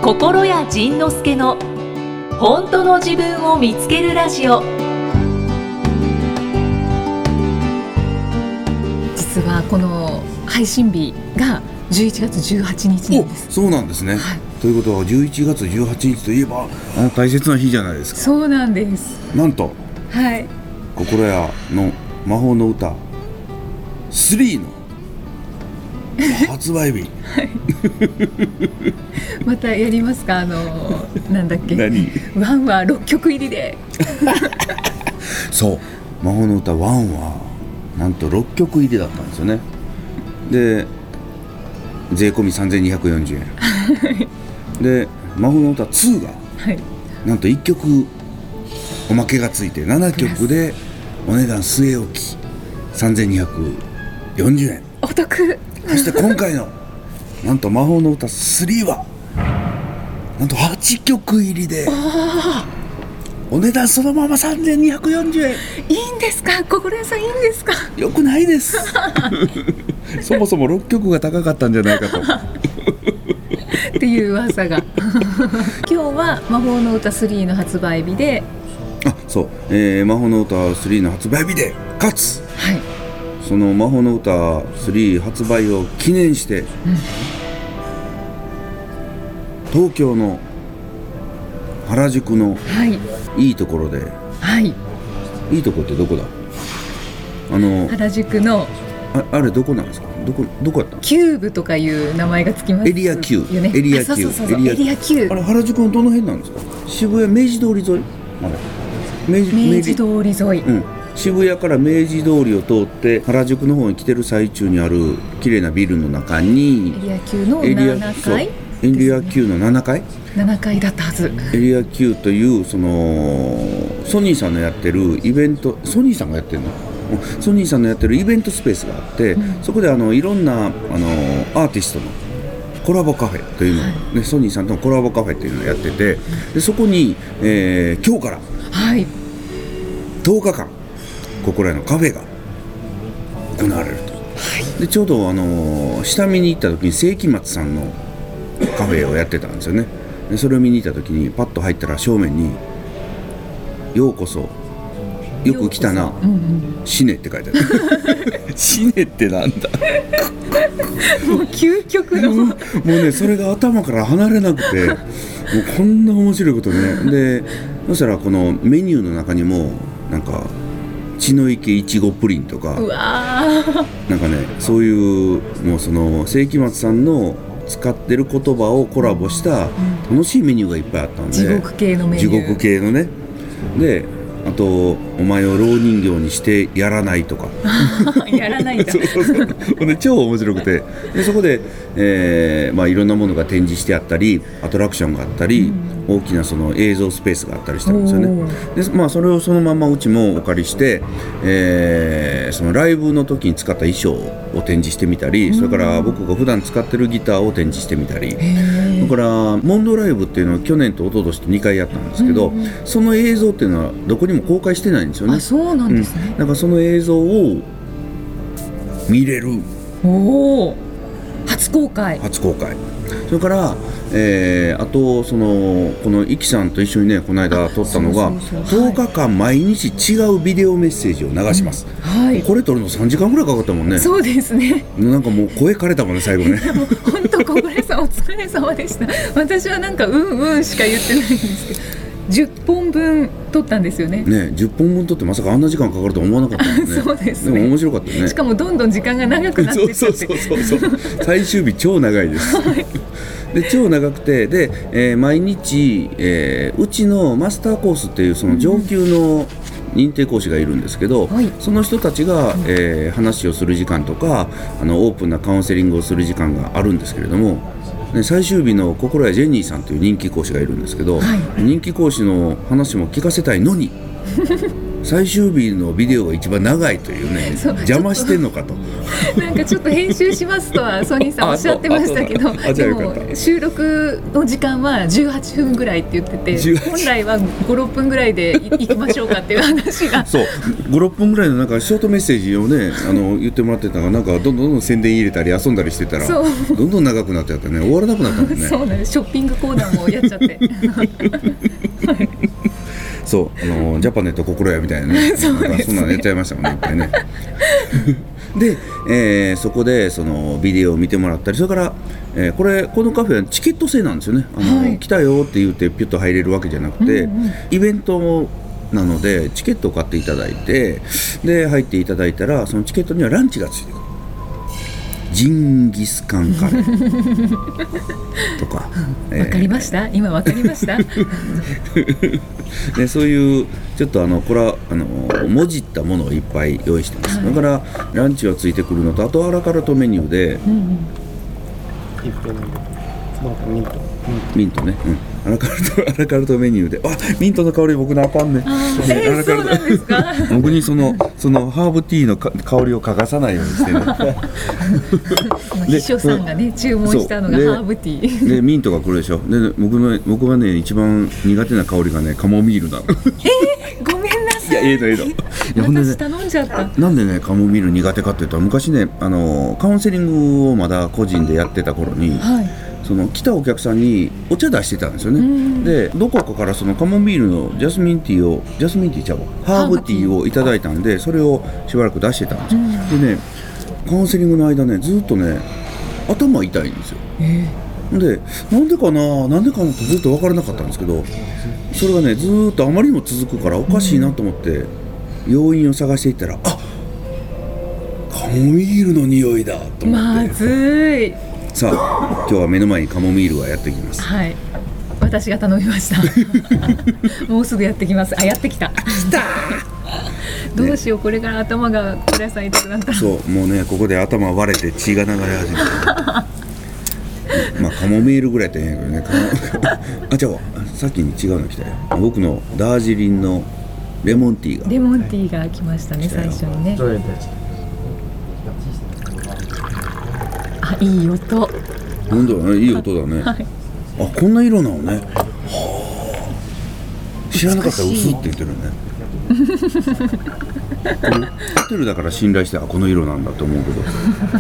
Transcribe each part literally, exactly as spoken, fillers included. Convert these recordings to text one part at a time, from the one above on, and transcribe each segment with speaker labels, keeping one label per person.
Speaker 1: 心谷仁之助の本当の自分を見つけるラジオ。
Speaker 2: 実はこの配信日がじゅういちがつじゅうはちにちなんです。
Speaker 3: お、そうなんですね、はい、ということはじゅういちがつじゅうはちにちといえばあの大切な日じゃないですか。
Speaker 2: そうなんです。
Speaker 3: なんと、
Speaker 2: はい、
Speaker 3: 心谷の魔法の歌スリーの発売日、はい、
Speaker 2: またやりますか。あのなんだっけ、
Speaker 3: 何
Speaker 2: ワンはろっきょく入りで
Speaker 3: そう魔法の歌ワンはなんとろっきょく入りだったんですよね。で税込みさんぜんにひゃくよんじゅうえんで魔法の歌ツーが、はい、なんといっきょくおまけがついてななきょくでお値段据え置きさんぜんにひゃくよんじゅうえん
Speaker 2: お得。
Speaker 3: そして今回のなんと魔法の歌スリーはなんとはちきょく入りでお値段そのままさんぜんにひゃくよんじゅうえん。
Speaker 2: いいんですか、心谷さん、いいんですか。
Speaker 3: よくないですそもそもろっきょくが高かったんじゃないかと
Speaker 2: っていう噂が今日は魔法の歌スリーの発売日で、
Speaker 3: あ、そう、えー、魔法の歌スリーの発売日でかつ、
Speaker 2: はい、
Speaker 3: その魔法の歌スリー発売を記念して、うん、東京の原宿のいいところで、
Speaker 2: はい、
Speaker 3: いいとこってどこだ。あの
Speaker 2: 原宿の
Speaker 3: あ, あれどこなんですか。どこどこやったの。
Speaker 2: キューブとかいう名前がつきますよね。
Speaker 3: エリア Q、エリア Q、
Speaker 2: そうそうそうそう、エリア Q。
Speaker 3: あれ原宿のどの辺なんですか。渋谷明治通り沿い。あれ 明, 治
Speaker 2: 明治通り沿い、
Speaker 3: うん、渋谷から明治通りを通って原宿の方に来てる最中にある綺麗なビルの中に
Speaker 2: エリア Q のななかい、
Speaker 3: エリア Q のななかい
Speaker 2: ななかいだったはず。
Speaker 3: エリア Q というそのソニーさんのやってるイベント、ソニーさんがやってるのソニーさんのやってるイベントスペースがあって、うん、そこであのいろんなあのアーティストのコラボカフェというのを、はいね、ソニーさんとのコラボカフェというのをやってて、でそこに、えー、今日から、はい、とおかかん心谷のカフェが行われると、はい、でちょうどあの下見に行った時に世紀末さんのカフェをやってたんですよね。でそれを見に行った時にパッと入ったら正面にようこそよく来たな、うんうん、シネって書いてあるシネってなんだ
Speaker 2: もう究極のもう、
Speaker 3: もうねそれが頭から離れなくてもうこんな面白いことね。でそしたらこのメニューの中にもなんか血の池いちごプリンとか、
Speaker 2: うわ
Speaker 3: なんかねそういうもうその世紀末さんの使ってる言葉をコラボした楽しいメニューがいっぱいあったんで、
Speaker 2: 地獄系のメニュー、
Speaker 3: 地獄系のね。であとお前を蝋人形にしてやらないとか
Speaker 2: やらないんだ
Speaker 3: そうそうそうで超面白くて、でそこで、えーまあ、いろんなものが展示してあったりアトラクションがあったり、うん、大きなその映像スペースがあったりしたんですよね。で、まあ、それをそのままうちもお借りして、えー、そのライブの時に使った衣装を展示してみたり、それから僕が普段使ってるギターを展示してみたり、だからモンドライブっていうのは去年と一昨年とにかいやったんですけど、うん、その映像っていうのはどこにも公開してないんですよね。
Speaker 2: あ、そうなんですね、
Speaker 3: うん、だからその映像を見れる。
Speaker 2: おー、初公開
Speaker 3: 初公開。それから、えー、あとそのこのイキさんと一緒にねこの間撮ったのがとおかかん毎日違うビデオメッセージを流します、うん、はい、これ撮るのさんじかんぐらいかかったもんね。
Speaker 2: そうですね。
Speaker 3: なんかもう声枯れたもんね最後ね
Speaker 2: 本当小暮さんお疲れ様でした。私はなんかうんうんしか言ってないんですけどじゅっぽんぶん撮ったんですよね。
Speaker 3: ね、じゅっぽんぶん撮ってまさかあんな時間かかると思わなかったもんね
Speaker 2: そうですね。
Speaker 3: でも面白かったね。
Speaker 2: しかもどんどん時間が長くなってっちゃって
Speaker 3: そうそうそうそう最終日超長いです、はい、で超長くてで、えー、毎日、えー、うちのマスターコースっていうその上級の認定講師がいるんですけど、はい、その人たちが、えー、話をする時間とかあのオープンなカウンセリングをする時間があるんですけれども、ね、最終日の心谷ジェニーさんという人気講師がいるんですけど、はい、人気講師の話も聞かせたいのに最終日のビデオが一番長いというね邪魔してんのかと
Speaker 2: なんかちょっと編集しますとはソニーさんおっしゃってましたけどでも収録の時間はじゅうはっぷんぐらいって言ってて本来はご、ろっぷんぐらいで行きましょうかっていう話が
Speaker 3: そうご、ろっぷんぐらいのなんかショートメッセージをねあの言ってもらってたのがなんかどんどんどんどん宣伝入れたり遊んだりしてたらどんどん長くなってやったね終わらなくなったもんね
Speaker 2: そうなんです。ショッピングコーナーもやっちゃってはい
Speaker 3: そうあのジャパネット心やみたいなね
Speaker 2: そうですね、
Speaker 3: そんなのやっちゃいましたもんねいっぱいねで、えー、そこでそのビデオを見てもらったりそれから、えー、これこのカフェはチケット制なんですよねあの、はい、来たよって言ってピュッと入れるわけじゃなくて、うんうん、イベントなのでチケットを買っていただいてで入っていただいたらそのチケットにはランチがついてくるジンギスカンカレーとかわ、
Speaker 2: えー、かりました今わかりました
Speaker 3: でそういうちょっとあのこれはあのもじったものをいっぱい用意してます、はい、だからランチがついてくるのとあとアラカルトメニューで、うんうん、ミントね、うんアラカルト、アラカルトメニューであミントの香り僕のあかんね
Speaker 2: あ、えー、アラカルトそうなんですか
Speaker 3: 僕にそのそのハーブティーの香りを嗅がさないようにしてね
Speaker 2: 秘書さんがね注文したのがハーブティー
Speaker 3: で, でミントが来るでしょで 僕, の僕がね一番苦手な香りがねカモミールなの
Speaker 2: えー、ごめんなさい
Speaker 3: いやええのええのい
Speaker 2: や私頼んじゃった
Speaker 3: なんでねカモミール苦手かっていうと昔ねあのカウンセリングをまだ個人でやってた頃に、はいその来たお客さんにお茶出してたんですよね、うん、でどこかからそのカモミールのジャスミンティーをジャスミンティーちゃうわハーブティーをいただいたんでそれをしばらく出してたんですよ、うん、でねカウンセリングの間ねずっとね頭痛いんですよ、えー、でなんでかななんでかなってずっと分からなかったんですけどそれがねずっとあまりにも続くからおかしいなと思って、うん、要因を探していったらあカモミールの匂いだと思って
Speaker 2: まずい
Speaker 3: さあ今日は目の前にカモミールがやってきます
Speaker 2: はい私が頼みましたもうすぐやってきますあやってきた
Speaker 3: 来た
Speaker 2: どうしよう、ね、これから頭がこれさ痛くなった
Speaker 3: そうもうねここで頭割れて血が流れ始めたまあカモミールぐらいやったらええんやけどねあちゃうわさっきに違うの来たよ僕のダージリンのレモンティーが
Speaker 2: レモンティーが来ましたね最初にねあいい音
Speaker 3: なんだろうねいい音だね、はい、あこんな色なのねはあ知らなかったら薄って言ってるねホテルだから信頼してあこの色なんだと思うけど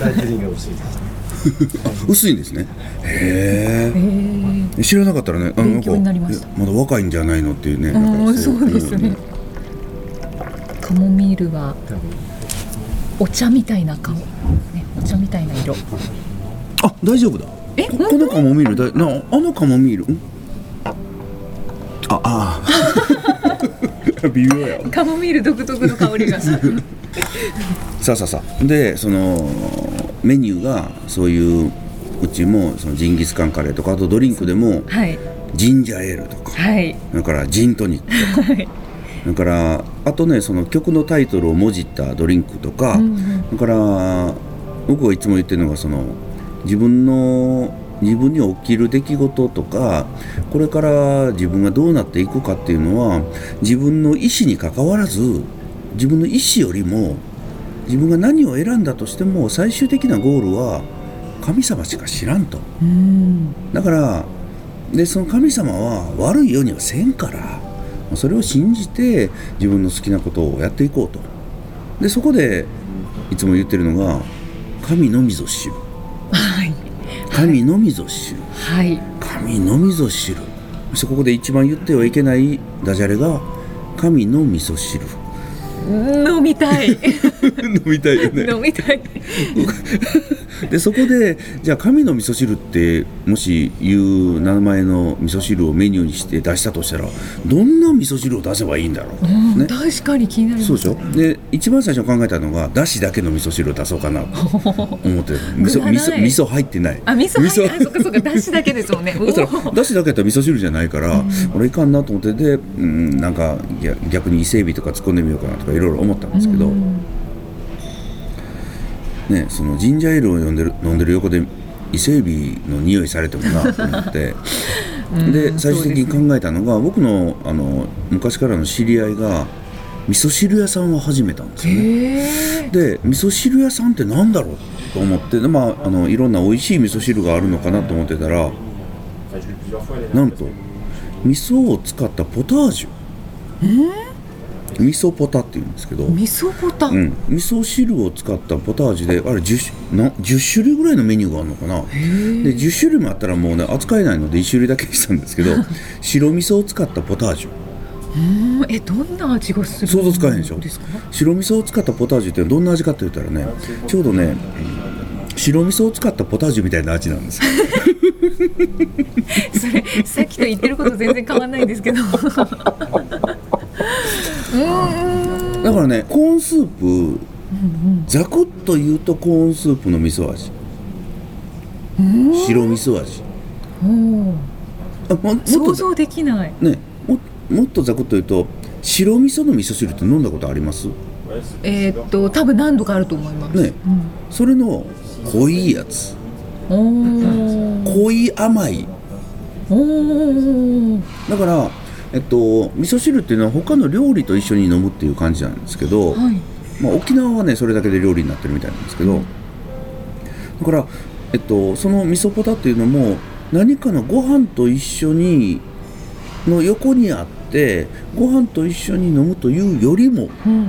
Speaker 3: 薄いんですねへえ知らなかったらね
Speaker 2: 勉強になりました。
Speaker 3: まだ若いんじゃないのっていうね
Speaker 2: あそうですね、うん、カモミールはお茶みたいな顔、ね、お茶みたいな色
Speaker 3: あ大丈夫だえここのカモミールだなあのカモミールんああ微妙や
Speaker 2: カモミール独特の香りがさ
Speaker 3: あさあさあでそのメニューがそういううちもそのジンギスカンカレーとかあとドリンクでも、はい、ジンジャーエールとか、はい、だからジントニックとか、はい、だからあとねその曲のタイトルをもじったドリンクとか、うんうん、だから僕はいつも言ってるのがその自分の自分に起きる出来事とかこれから自分がどうなっていくかっていうのは自分の意思に関わらず自分の意思よりも自分が何を選んだとしても最終的なゴールは神様しか知らんと。うんだからでその神様は悪いようにはせんからそれを信じて自分の好きなことをやっていこうと。でそこでいつも言ってるのが神のみぞ知る、はい、神のみぞ知る、はい、神のみぞ知る。そしてここで一番言ってはいけないダジャレが神のみそ汁。
Speaker 2: 飲みたい
Speaker 3: 飲みたいよね
Speaker 2: 飲みたい
Speaker 3: でそこでじゃあ神の味噌汁ってもしいう名前の味噌汁をメニューにして出したとしたらどんな味噌汁を出せばいいんだろう、
Speaker 2: うんね、確かに気になりますね。
Speaker 3: そうでしょ。で一番最初に考えたのがだしだけの味噌汁を出そうかなと思ってる味噌、味噌、味噌入ってない
Speaker 2: あ味噌入ってないそっかそっかだしだけですもんね
Speaker 3: だからだしだけやったら味噌汁じゃないから、うん、俺いかんなと思ってで、うん、なんか逆に伊勢海老とか突っ込んでみようかなとかいろいろ思ったんですけど、うんね、そのジンジャーエールを飲んでる、飲んでる横で伊勢海老の匂いされてもなと思ってで最終的に考えたのが、ね、僕の、あの昔からの知り合いが味噌汁屋さんを始めたんですよね。で味噌汁屋さんってなんだろうと思って、で、まあ、あのいろんな美味しい味噌汁があるのかなと思ってたら、なんと味噌を使ったポタージュ、味噌ポタっていうんですけど、
Speaker 2: 味噌ポタ、
Speaker 3: うん、味噌汁を使ったポタージュであれ 10, なじゅっ種類ぐらいのメニューがあるのかな。でじゅっ種類もあったらもうね扱えないのでいち種類だけにしたんですけど白味噌を使ったポタージュ、
Speaker 2: うん、えどんな味がするんですか？
Speaker 3: 想像つかへんでしょ。白味噌を使ったポタージュってどんな味かって言ったらね、ちょうどね、うん、白味噌を使ったポタージュみたいな味なんですよ
Speaker 2: それさっきと言ってること全然変わんないんですけどうん
Speaker 3: だからね、コーンスープ、うんうん、ざくっと言うとコーンスープの味噌味、白味噌味、あ も, も
Speaker 2: 想像できない、
Speaker 3: ね、も, もっとざくっと言うと白味噌の味噌汁って飲んだことあります？
Speaker 2: えー、っと多分何度かあると思います、ね、
Speaker 3: うん、それの濃いやつ、お濃い甘い、おだからえっと、味噌汁っていうのは他の料理と一緒に飲むっていう感じなんですけど、はい、まあ、沖縄はねそれだけで料理になってるみたいなんですけど、うん、だから、えっと、その味噌ポタっていうのも何かのご飯と一緒にの横にあってご飯と一緒に飲むというよりも、うんうん、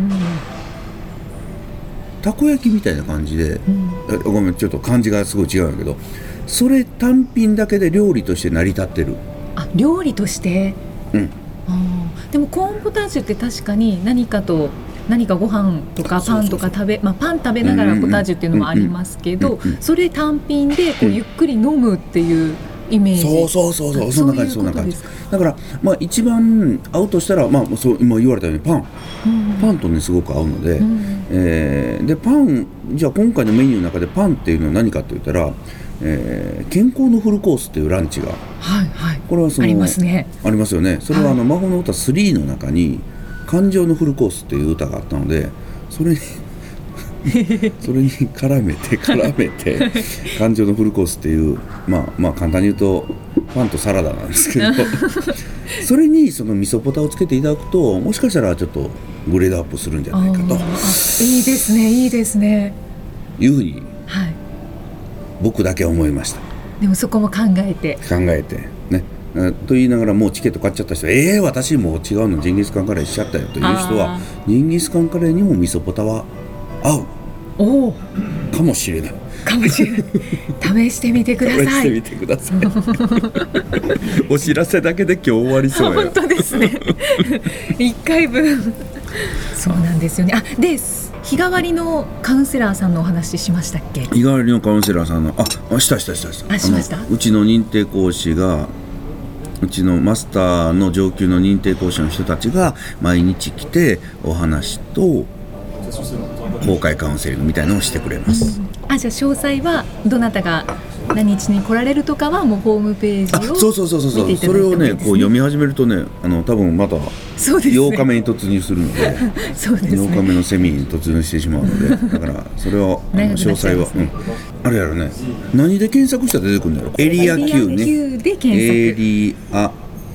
Speaker 3: たこ焼きみたいな感じで、うん、ごめんちょっと漢字がすごい違うんだけど、それ単品だけで料理として成り立ってる。
Speaker 2: あ、料理としてうん、あでもコーンポタージュって確かに何かと何かご飯とかパンとか食べ、まあ、パン食べながらポタージュっていうのもありますけど、それ単品でこうゆっくり飲むっていうイメージ、
Speaker 3: そうそうそうそう、そんな感じ、そんな感じだから、まあ、一番合うとしたら、まあ、そう今言われたようにパン、うん、パンとねすごく合うので、うん、えー、でパンじゃあ今回のメニューの中でパンっていうのは何かって言ったら、えー、健康のフルコースっていうランチが、はいはい、これはその
Speaker 2: ありますね。
Speaker 3: ありますよね。それはあの、はい、魔法の歌スリーの中に感情のフルコースっていう歌があったので、それにそれに絡めて絡めて感情のフルコースっていう、まあまあ簡単に言うとパンとサラダなんですけどそれにその味噌ポタをつけていただくと、もしかしたらちょっとグレードアップするんじゃないかと。
Speaker 2: いいですね、いいですね、
Speaker 3: いうふうに、はい、僕だけ思いました。
Speaker 2: でもそこも考えて
Speaker 3: 考えてね、と言いながらもうチケット買っちゃった人は、ええー、私も違うのジンギスカンカレーしちゃったよという人は、ジンギスカンカレーにも味噌ポタは合うおかもしれない
Speaker 2: かもしれない試してみてください。試
Speaker 3: してみてくださいお知らせだけで今日終わりそうや。
Speaker 2: 本当ですねいっかいぶんそうなんですよね。あ、です日替わりのカウンセラーさんのお話しましたっけ？
Speaker 3: 日替わりのカウンセラーさんのあしたしたしたした
Speaker 2: あしました。
Speaker 3: うちの認定講師がうちのマスターの上級の認定講師の人たちが毎日来てお話と公開カウンセリングみたいなのをしてくれます、うん、
Speaker 2: あ、じゃあ詳細はどなたが何日に来られるとかはもうホームページを見ていただいてもいいですね。
Speaker 3: そうそうそうそう、それをねこう読み始めるとね、あの多分またようかめに突入するので
Speaker 2: そうですね、
Speaker 3: ようかめのセミに突入してしまうのでだからそれはあの詳細は、うん、あれやろね、何で検索したら出てくるんだろう。エリア Q ね、
Speaker 2: エリア Q で検索、
Speaker 3: エリア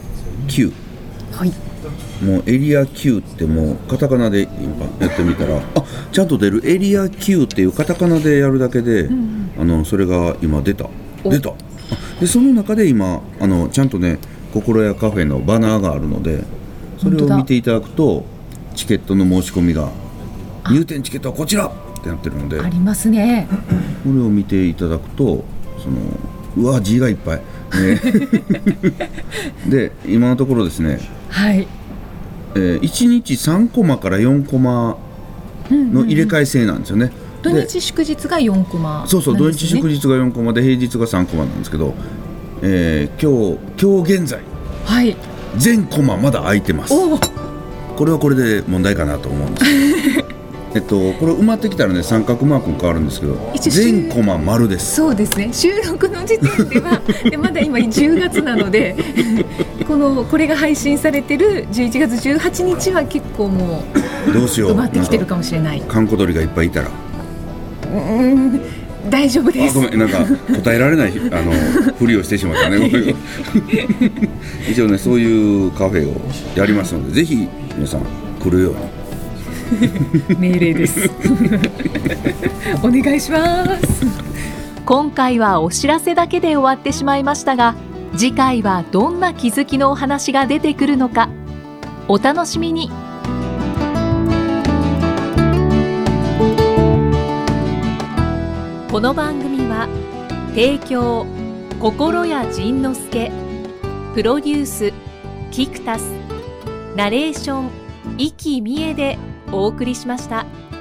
Speaker 3: Q、はい、もうエリア Q ってもうカタカナでやってみたら、あ、ちゃんと出る。エリア Q っていうカタカナでやるだけで、うん、あのそれが今出た出たで、その中で今あのちゃんとね心屋カフェのバナーがあるので、それを見ていただくとチケットの申し込みが入店チケットはこちらってなってるので
Speaker 2: ありますね。
Speaker 3: これを見ていただくと、そのうわ字がいっぱい、ね、で今のところですね、はい、えー、いちにちさんコマからよんコマの入れ替え制なんですよね、
Speaker 2: うんうんうん、土日祝日がよんコマ、ね、
Speaker 3: そうそう、土日祝日がよんコマで平日がさんコマなんですけど、えー、今日今日現在、はい、全コマまだ空いてます。これはこれで問題かなと思うんですえっと、これ埋まってきたらね三角マークも変わるんですけど、全コマ丸です。
Speaker 2: そうですね、収録の時点ではでまだ今じゅうがつなのでこのこれが配信されてるじゅういちがつじゅうはちにちは結構もうどうしよう埋まってきてるかもしれない。
Speaker 3: かんこ鳥がいっぱいいたら、
Speaker 2: うーん、大丈夫です。
Speaker 3: あ、ごめん、なんか答えられないあのふりをしてしまったね一応ねそういうカフェをやりますので、ぜひ皆さん来るように
Speaker 2: 命令ですお願いします。
Speaker 1: 今回はお知らせだけで終わってしまいましたが、次回はどんな気づきのお話が出てくるのかお楽しみに。この番組は提供心谷仁之助、プロデュースキクタス、ナレーション生きみえでお送りしました。